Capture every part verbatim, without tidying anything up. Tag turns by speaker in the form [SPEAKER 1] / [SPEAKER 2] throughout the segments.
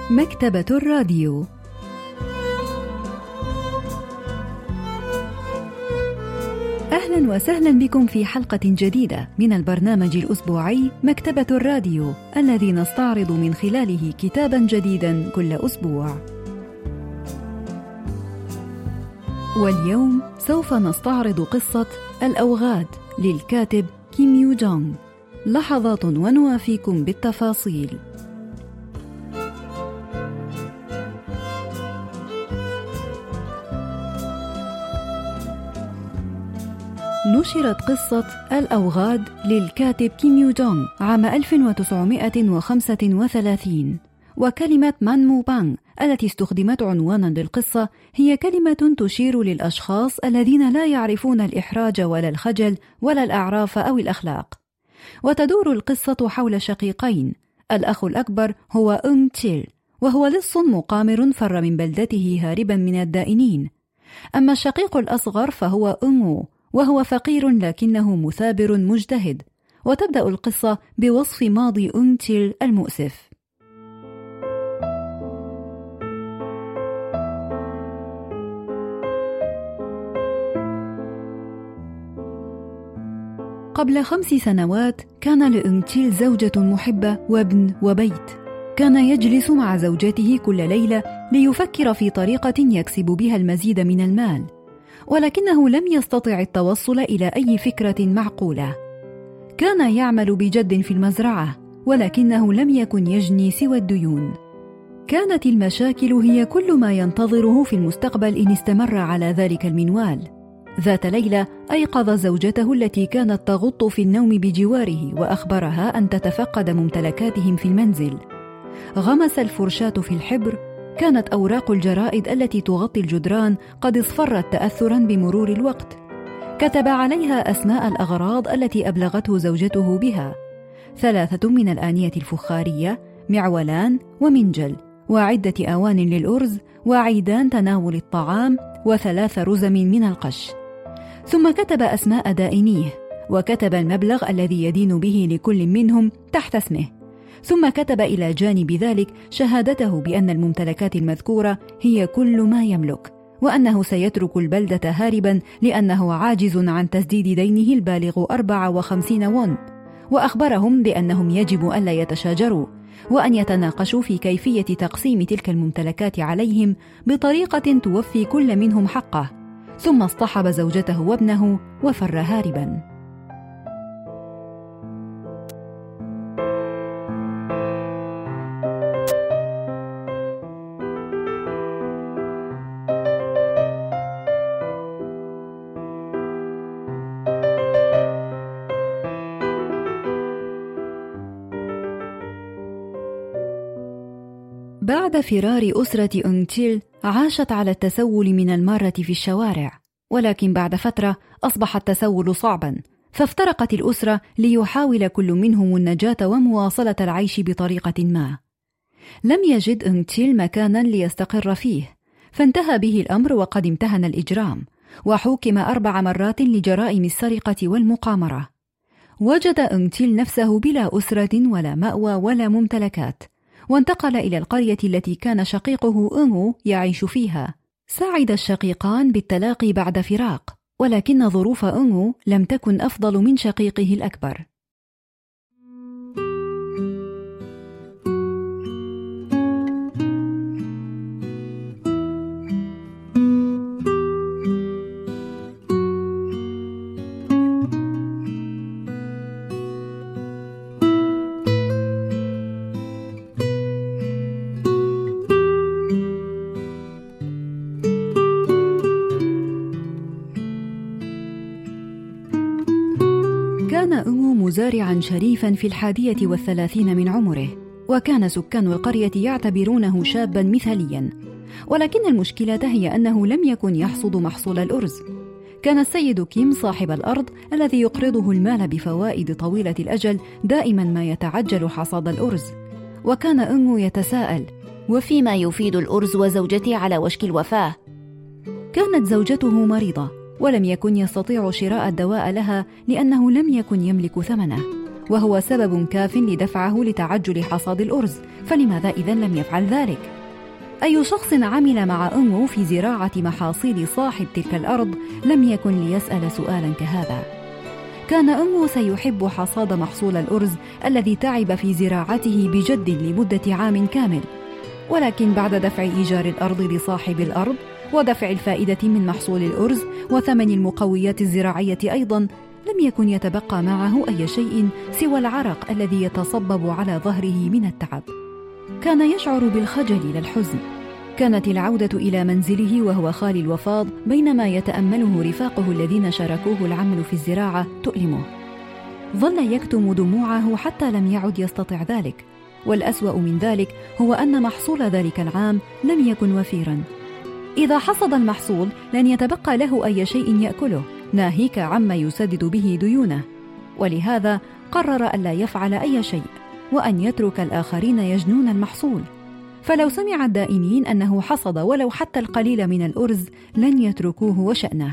[SPEAKER 1] مكتبة الراديو. أهلا وسهلا بكم في حلقة جديدة من البرنامج الأسبوعي مكتبة الراديو، الذي نستعرض من خلاله كتابا جديدا كل أسبوع. واليوم سوف نستعرض قصة الأوغاد للكاتب كيم يو جونغ. لحظات ونوافيكم بالتفاصيل. نشرت قصة الأوغاد للكاتب كيم يو جونغ عام ألف وتسعمائة وخمسة وثلاثين، وكلمة مانمو بانغ التي استخدمت عنوانا للقصة هي كلمة تشير للأشخاص الذين لا يعرفون الإحراج ولا الخجل ولا الأعراف أو الأخلاق. وتدور القصة حول شقيقين، الأخ الأكبر هو أنغ تشيل، وهو لص مقامر فر من بلدته هاربا من الدائنين. أما الشقيق الأصغر فهو أنغو، وهو فقير لكنه مثابر مجتهد. وتبدأ القصة بوصف ماضي أنغ تشيل المؤسف. قبل خمس سنوات كان لأنغ تشيل زوجة محبة وابن وبيت. كان يجلس مع زوجته كل ليلة ليفكر في طريقة يكسب بها المزيد من المال، ولكنه لم يستطع التوصل إلى أي فكرة معقولة. كان يعمل بجد في المزرعة، ولكنه لم يكن يجني سوى الديون. كانت المشاكل هي كل ما ينتظره في المستقبل إن استمر على ذلك المنوال. ذات ليلة أيقظ زوجته التي كانت تغط في النوم بجواره وأخبرها أن تتفقد ممتلكاتهم في المنزل. غمس الفرشاة في الحبر. كانت أوراق الجرائد التي تغطي الجدران قد اصفرت تأثرا بمرور الوقت. كتب عليها أسماء الأغراض التي أبلغته زوجته بها: ثلاثة من الآنية الفخارية، معولان ومنجل، وعدة أوان للأرز، وعيدان تناول الطعام، وثلاث رزم من القش. ثم كتب أسماء دائنيه، وكتب المبلغ الذي يدين به لكل منهم تحت اسمه. ثم كتب إلى جانب ذلك شهادته بأن الممتلكات المذكورة هي كل ما يملك، وأنه سيترك البلدة هاربا لأنه عاجز عن تسديد دينه البالغ أربعة وخمسين وون. وأخبرهم بأنهم يجب ألا يتشاجروا، وأن يتناقشوا في كيفية تقسيم تلك الممتلكات عليهم بطريقة توفي كل منهم حقه. ثم اصطحب زوجته وابنه وفر هاربا. بعد فرار أسرة أنغ تشيل عاشت على التسول من المارة في الشوارع، ولكن بعد فترة أصبح التسول صعبا، فافترقت الأسرة ليحاول كل منهم النجاة ومواصلة العيش بطريقة ما. لم يجد أنغ تشيل مكانا ليستقر فيه، فانتهى به الأمر وقد امتهن الإجرام، وحوكم أربع مرات لجرائم السرقة والمقامرة. وجد أنغ تشيل نفسه بلا أسرة ولا مأوى ولا ممتلكات، وانتقل إلى القرية التي كان شقيقه أنغو يعيش فيها. سعد الشقيقان بالتلاقي بعد فراق، ولكن ظروف أنغو لم تكن أفضل من شقيقه الأكبر. كان أنغو مزارعا شريفا في الحادية والثلاثين من عمره، وكان سكان القرية يعتبرونه شابا مثاليا. ولكن المشكلة هي أنه لم يكن يحصد محصول الأرز. كان السيد كيم صاحب الأرض الذي يقرضه المال بفوائد طويلة الأجل دائما ما يتعجل حصاد الأرز. وكان أنغو يتساءل:
[SPEAKER 2] وفيما يفيد الأرز وزوجتي على وشك الوفاة؟
[SPEAKER 1] كانت زوجته مريضة، ولم يكن يستطيع شراء الدواء لها لأنه لم يكن يملك ثمنه. وهو سبب كاف لدفعه لتعجل حصاد الأرز، فلماذا إذن لم يفعل ذلك؟ أي شخص عمل مع أنغو في زراعة محاصيل صاحب تلك الأرض لم يكن ليسأل سؤالا كهذا؟ كان أنغو سيحب حصاد محصول الأرز الذي تعب في زراعته بجد لمدة عام كامل، ولكن بعد دفع إيجار الأرض لصاحب الأرض ودفع الفائدة من محصول الأرز وثمن المقويات الزراعية أيضا، لم يكن يتبقى معه أي شيء سوى العرق الذي يتصبب على ظهره من التعب. كان يشعر بالخجل لا الحزن. كانت العودة إلى منزله وهو خالي الوفاض بينما يتأمله رفاقه الذين شاركوه العمل في الزراعة تؤلمه. ظل يكتم دموعه حتى لم يعد يستطيع ذلك، والأسوأ من ذلك هو أن محصول ذلك العام لم يكن وفيرا. إذا حصد المحصول لن يتبقى له أي شيء يأكله، ناهيك عما يسدد به ديونه، ولهذا قرر ألا يفعل أي شيء وأن يترك الآخرين يجنون المحصول. فلو سمع الدائنين أنه حصد ولو حتى القليل من الأرز لن يتركوه وشأنه.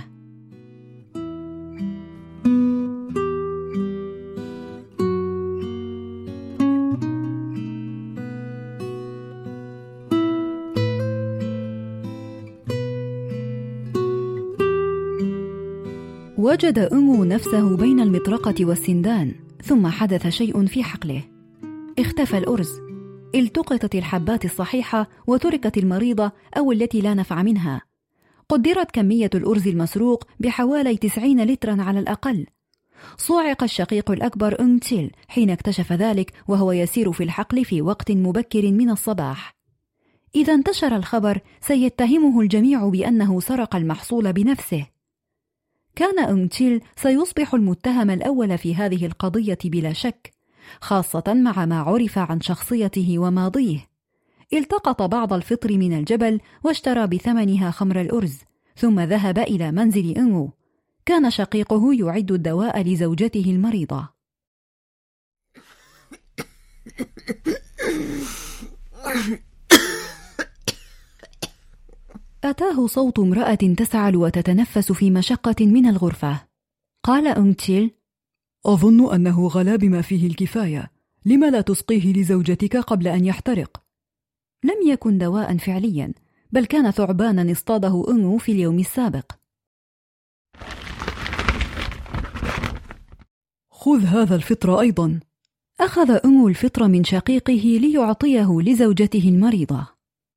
[SPEAKER 1] وجد أنغو نفسه بين المطرقة والسندان، ثم حدث شيء في حقله. اختفى الأرز، التقطت الحبات الصحيحة وتركت المريضة أو التي لا نفع منها. قدرت كمية الأرز المسروق بحوالي تسعين لترا على الأقل. صعق الشقيق الأكبر أنغ تشيل حين اكتشف ذلك وهو يسير في الحقل في وقت مبكر من الصباح. إذا انتشر الخبر سيتهمه الجميع بأنه سرق المحصول بنفسه. كان أنغ تشيل سيصبح المتهم الأول في هذه القضية بلا شك، خاصة مع ما عرف عن شخصيته وماضيه. التقط بعض الفطر من الجبل واشترى بثمنها خمر الأرز، ثم ذهب إلى منزل أنغو. كان شقيقه يعد الدواء لزوجته المريضة. أتاه صوت امرأة تسعل وتتنفس في مشقة من الغرفة. قال أنغ تشيل:
[SPEAKER 3] أظن أنه غلا بما فيه الكفاية، لما لا تسقيه لزوجتك قبل أن يحترق؟
[SPEAKER 1] لم يكن دواء فعليا، بل كان ثعبانا اصطاده أنغو في اليوم السابق.
[SPEAKER 3] خذ هذا الفطر أيضا.
[SPEAKER 1] أخذ أنغو الفطر من شقيقه ليعطيه لزوجته المريضة.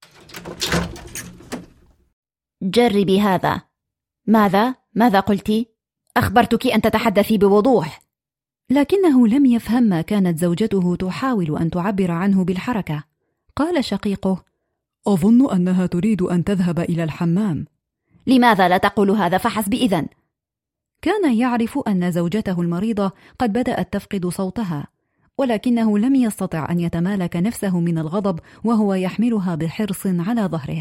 [SPEAKER 2] جربي هذا. ماذا؟ ماذا قلتِ؟ أخبرتك أن تتحدثي بوضوح.
[SPEAKER 1] لكنه لم يفهم ما كانت زوجته تحاول أن تعبر عنه بالحركة. قال شقيقه:
[SPEAKER 3] أظن أنها تريد أن تذهب إلى الحمام.
[SPEAKER 2] لماذا لا تقول هذا فحسب إذن؟
[SPEAKER 1] كان يعرف أن زوجته المريضة قد بدأت تفقد صوتها، ولكنه لم يستطع أن يتمالك نفسه من الغضب وهو يحملها بحرص على ظهره.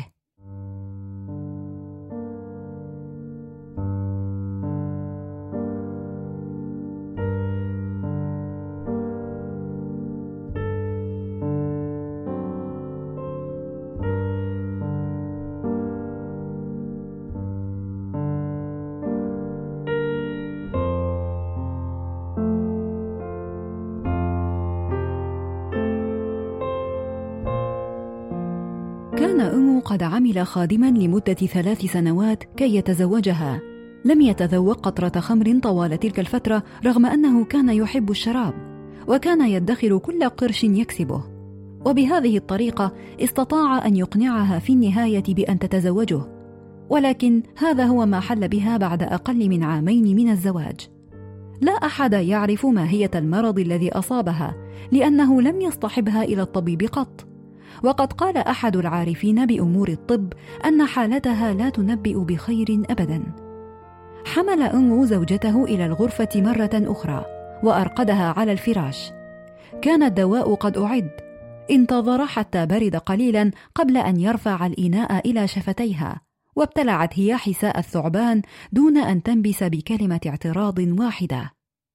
[SPEAKER 1] كان أنغو قد عمل خادما لمدة ثلاث سنوات كي يتزوجها. لم يتذوق قطرة خمر طوال تلك الفترة رغم أنه كان يحب الشراب، وكان يدخر كل قرش يكسبه، وبهذه الطريقة استطاع أن يقنعها في النهاية بأن تتزوجه. ولكن هذا هو ما حل بها بعد أقل من عامين من الزواج. لا أحد يعرف ماهية المرض الذي أصابها، لأنه لم يصطحبها إلى الطبيب قط. وقد قال أحد العارفين بأمور الطب أن حالتها لا تنبئ بخير أبدا. حمل أنغو زوجته إلى الغرفة مرة أخرى وأرقدها على الفراش. كان الدواء قد أعد. انتظر حتى برد قليلا قبل أن يرفع الإناء إلى شفتيها، وابتلعت هي حساء الثعبان دون أن تنبس بكلمة اعتراض واحدة.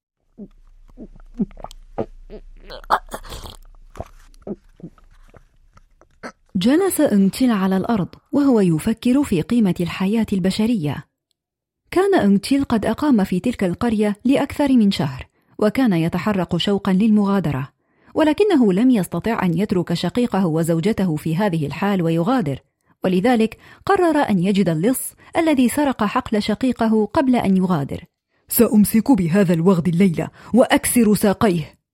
[SPEAKER 1] جلس أنغ تشيل على الأرض وهو يفكر في قيمة الحياة البشرية. كان أنغ تشيل قد أقام في تلك القرية لأكثر من شهر، وكان يتحرق شوقا للمغادرة، ولكنه لم يستطع أن يترك شقيقه وزوجته في هذه الحال ويغادر، ولذلك قرر أن يجد اللص الذي سرق حقل شقيقه قبل أن يغادر.
[SPEAKER 3] سأمسك بهذا الوغد الليلة وأكسر ساقيه.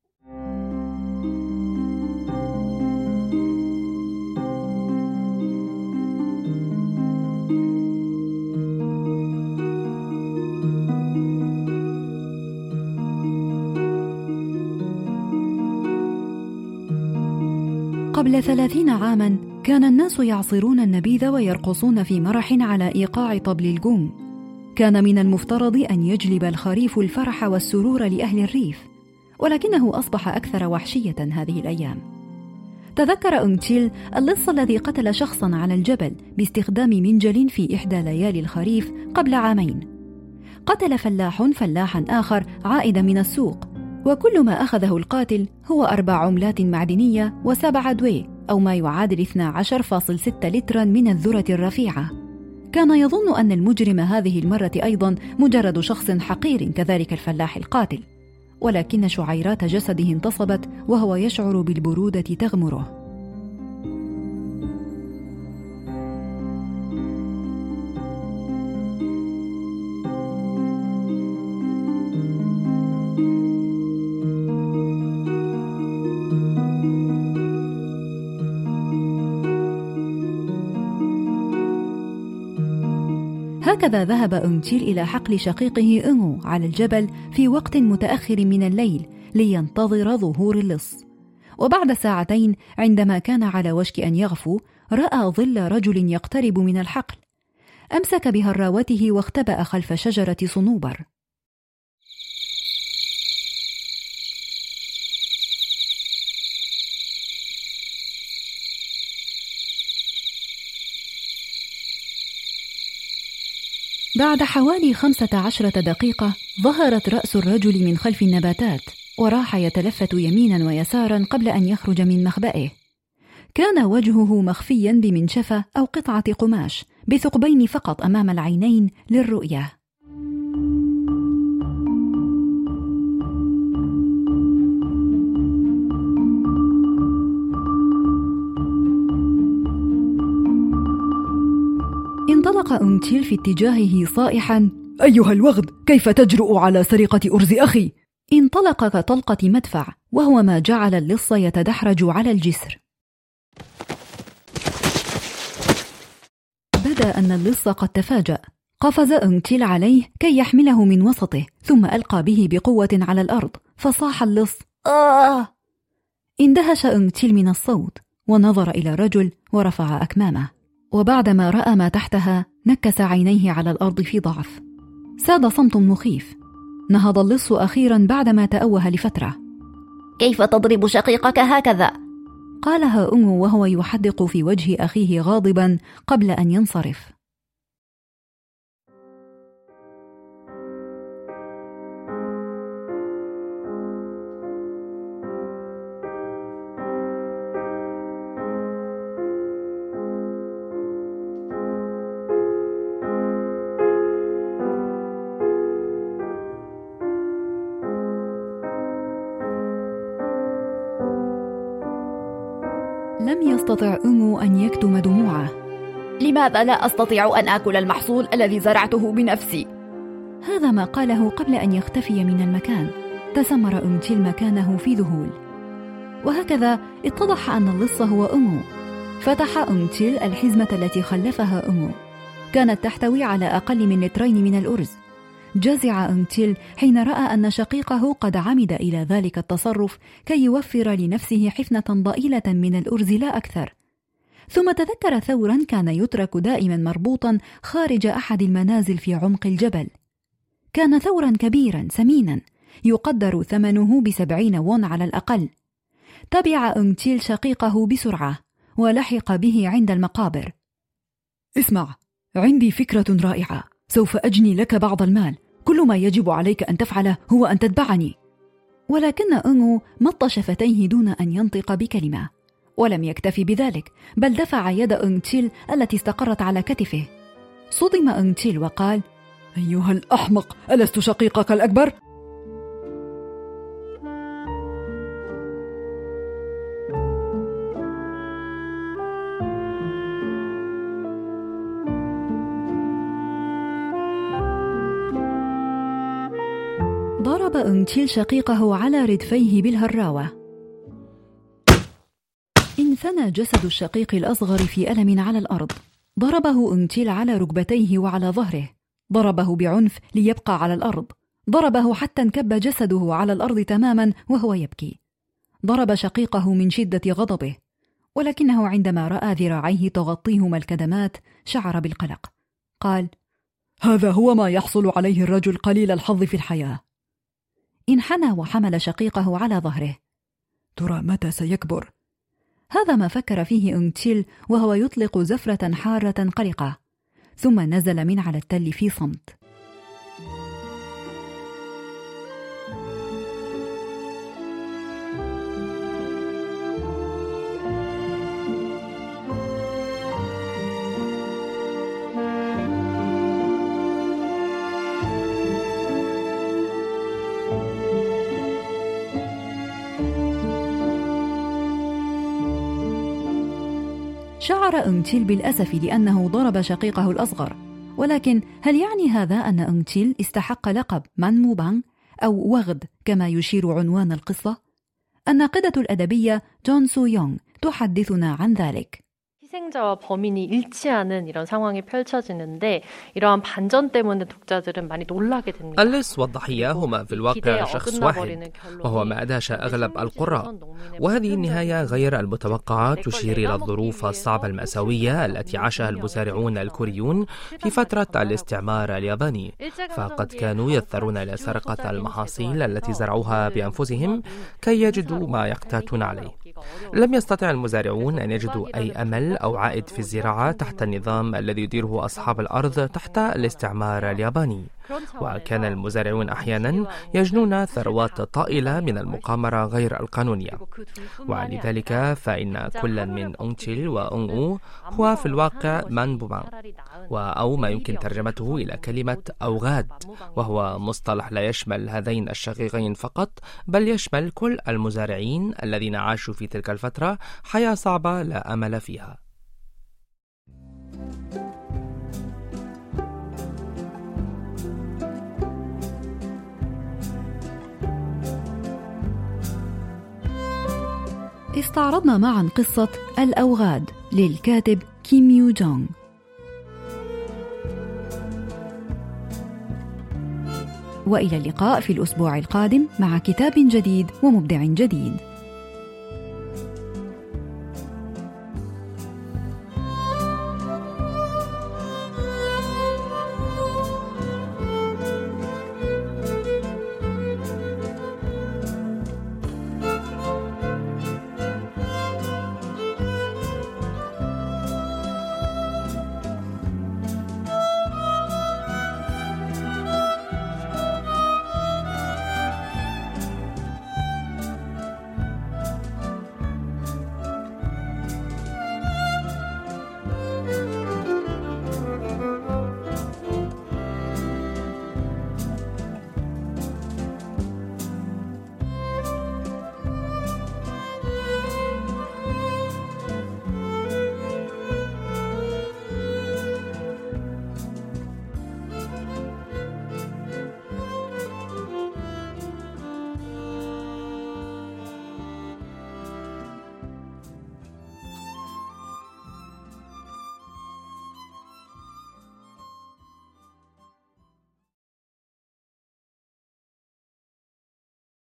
[SPEAKER 1] قبل ثلاثين عاما كان الناس يعصرون النبيذ ويرقصون في مرح على إيقاع طبل الجوم. كان من المفترض أن يجلب الخريف الفرح والسرور لأهل الريف، ولكنه أصبح أكثر وحشية هذه الأيام. تذكر أنتيل اللص الذي قتل شخصا على الجبل باستخدام منجل في إحدى ليالي الخريف قبل عامين. قتل فلاح فلاحا آخر عائدا من السوق، وكل ما أخذه القاتل هو أربع عملات معدنية وسبع دوي أو ما يعادل اثنا عشر فاصلة ستة لترا من الذرة الرفيعة. كان يظن أن المجرم هذه المرة أيضا مجرد شخص حقير كذلك الفلاح القاتل، ولكن شعيرات جسده انتصبت وهو يشعر بالبرودة تغمره. هكذا ذهب أنتيل إلى حقل شقيقه إنغو على الجبل في وقت متأخر من الليل لينتظر ظهور اللص. وبعد ساعتين عندما كان على وشك أن يغفو، رأى ظل رجل يقترب من الحقل. أمسك بهراوته واختبأ خلف شجرة صنوبر. بعد حوالي خمسة عشرة دقيقة ظهرت رأس الرجل من خلف النباتات، وراح يتلفت يمينا ويسارا قبل أن يخرج من مخبئه. كان وجهه مخفيا بمنشفة أو قطعة قماش بثقبين فقط أمام العينين للرؤية. انطلق أنتيل في اتجاهه صائحا:
[SPEAKER 3] أيها الوغد، كيف تجرؤ على سرقة أرز أخي؟
[SPEAKER 1] انطلق كطلقة مدفع، وهو ما جعل اللص يتدحرج على الجسر. بدا أن اللص قد تفاجأ. قفز أنتيل عليه كي يحمله من وسطه، ثم ألقى به بقوة على الأرض، فصاح اللص: آه! اندهش أنتيل من الصوت، ونظر إلى الرجل ورفع أكمامه، وبعدما رأى ما تحتها نكس عينيه على الأرض في ضعف. ساد صمت مخيف. نهض اللص أخيرا بعدما تأوه لفترة.
[SPEAKER 2] كيف تضرب شقيقك هكذا؟
[SPEAKER 1] قالها أمه وهو يحدق في وجه أخيه غاضبا قبل أن ينصرف. لم يستطع أمو أن يكتم دموعه.
[SPEAKER 2] لماذا لا أستطيع أن آكل المحصول الذي زرعته بنفسي؟
[SPEAKER 1] هذا ما قاله قبل أن يختفي من المكان. تسمر أنتيل مكانه في ذهول. وهكذا اتضح أن اللص هو أمو. فتح أنتيل الحزمة التي خلفها أمو. كانت تحتوي على أقل من لترين من الأرز. جزع أنتيل حين رأى أن شقيقه قد عمد إلى ذلك التصرف كي يوفر لنفسه حفنة ضئيلة من الأرز لا أكثر. ثم تذكر ثورا كان يترك دائما مربوطا خارج أحد المنازل في عمق الجبل. كان ثورا كبيرا سمينا يقدر ثمنه بسبعين وون على الأقل. تبع أنتيل شقيقه بسرعة ولحق به عند المقابر.
[SPEAKER 3] اسمع، عندي فكرة رائعة، سوف أجني لك بعض المال، كل ما يجب عليك أن تفعله هو أن تتبعني.
[SPEAKER 1] ولكن أنغو مط شفتيه دون أن ينطق بكلمة. ولم يكتفي بذلك، بل دفع يد أنتيل التي استقرت على كتفه. صدم أنتيل وقال:
[SPEAKER 3] أيها الأحمق، ألست شقيقك الأكبر؟
[SPEAKER 1] ضرب أنتيل شقيقه على ردفيه بالهراوة. انثنى جسد الشقيق الأصغر في ألم على الأرض. ضربه أنتيل على ركبتيه وعلى ظهره. ضربه بعنف ليبقى على الأرض. ضربه حتى انكب جسده على الأرض تماما وهو يبكي. ضرب شقيقه من شدة غضبه، ولكنه عندما رأى ذراعيه تغطيهما الكدمات شعر بالقلق. قال:
[SPEAKER 3] هذا هو ما يحصل عليه الرجل قليل الحظ في الحياة.
[SPEAKER 1] انحنى وحمل شقيقه على ظهره.
[SPEAKER 3] ترى متى سيكبر؟
[SPEAKER 1] هذا ما فكر فيه أنتيل وهو يطلق زفرة حارة قلقة، ثم نزل من على التل في صمت. شعر أنتيل بالأسف لأنه ضرب شقيقه الأصغر، ولكن هل يعني هذا أن أنتيل استحق لقب منموبانغ أو وغد كما يشير عنوان القصة؟ الناقدة الأدبية جون سو يونغ تحدثنا عن ذلك.
[SPEAKER 4] 희생자와 범인이 일치하는 이런 상황이 펼쳐지는데 이러한 반전 때문에 독자들은 많이 놀라게 됩니다.
[SPEAKER 5] اللص والضحية هما في الواقع شخص واحد، وهو ما أدهش أغلب القراء. وهذه النهاية غير المتوقعة تشير إلى الظروف الصعبة المأساوية التي عاشها المزارعون الكوريون في فترة الاستعمار الياباني، فقد كانوا يضطرون إلى سرقة المحاصيل التي زرعوها بأنفسهم كي يجدوا ما يقتاتون عليه. لم يستطع المزارعون أن يجدوا أي أمل أو عائد في الزراعة تحت النظام الذي يديره أصحاب الأرض تحت الاستعمار الياباني، وكان المزارعون أحيانا يجنون ثروات طائلة من المقامرة غير القانونية. ولذلك فإن كل من أنتيل وأنغ هو في الواقع منبوبانغ، أو ما يمكن ترجمته إلى كلمة أوغاد، وهو مصطلح لا يشمل هذين الشقيقين فقط، بل يشمل كل المزارعين الذين عاشوا في تلك الفترة حياة صعبة لا أمل فيها.
[SPEAKER 1] استعرضنا معا قصة الأوغاد للكاتب كيم يو جونغ. وإلى اللقاء في الأسبوع القادم مع كتاب جديد ومبدع جديد.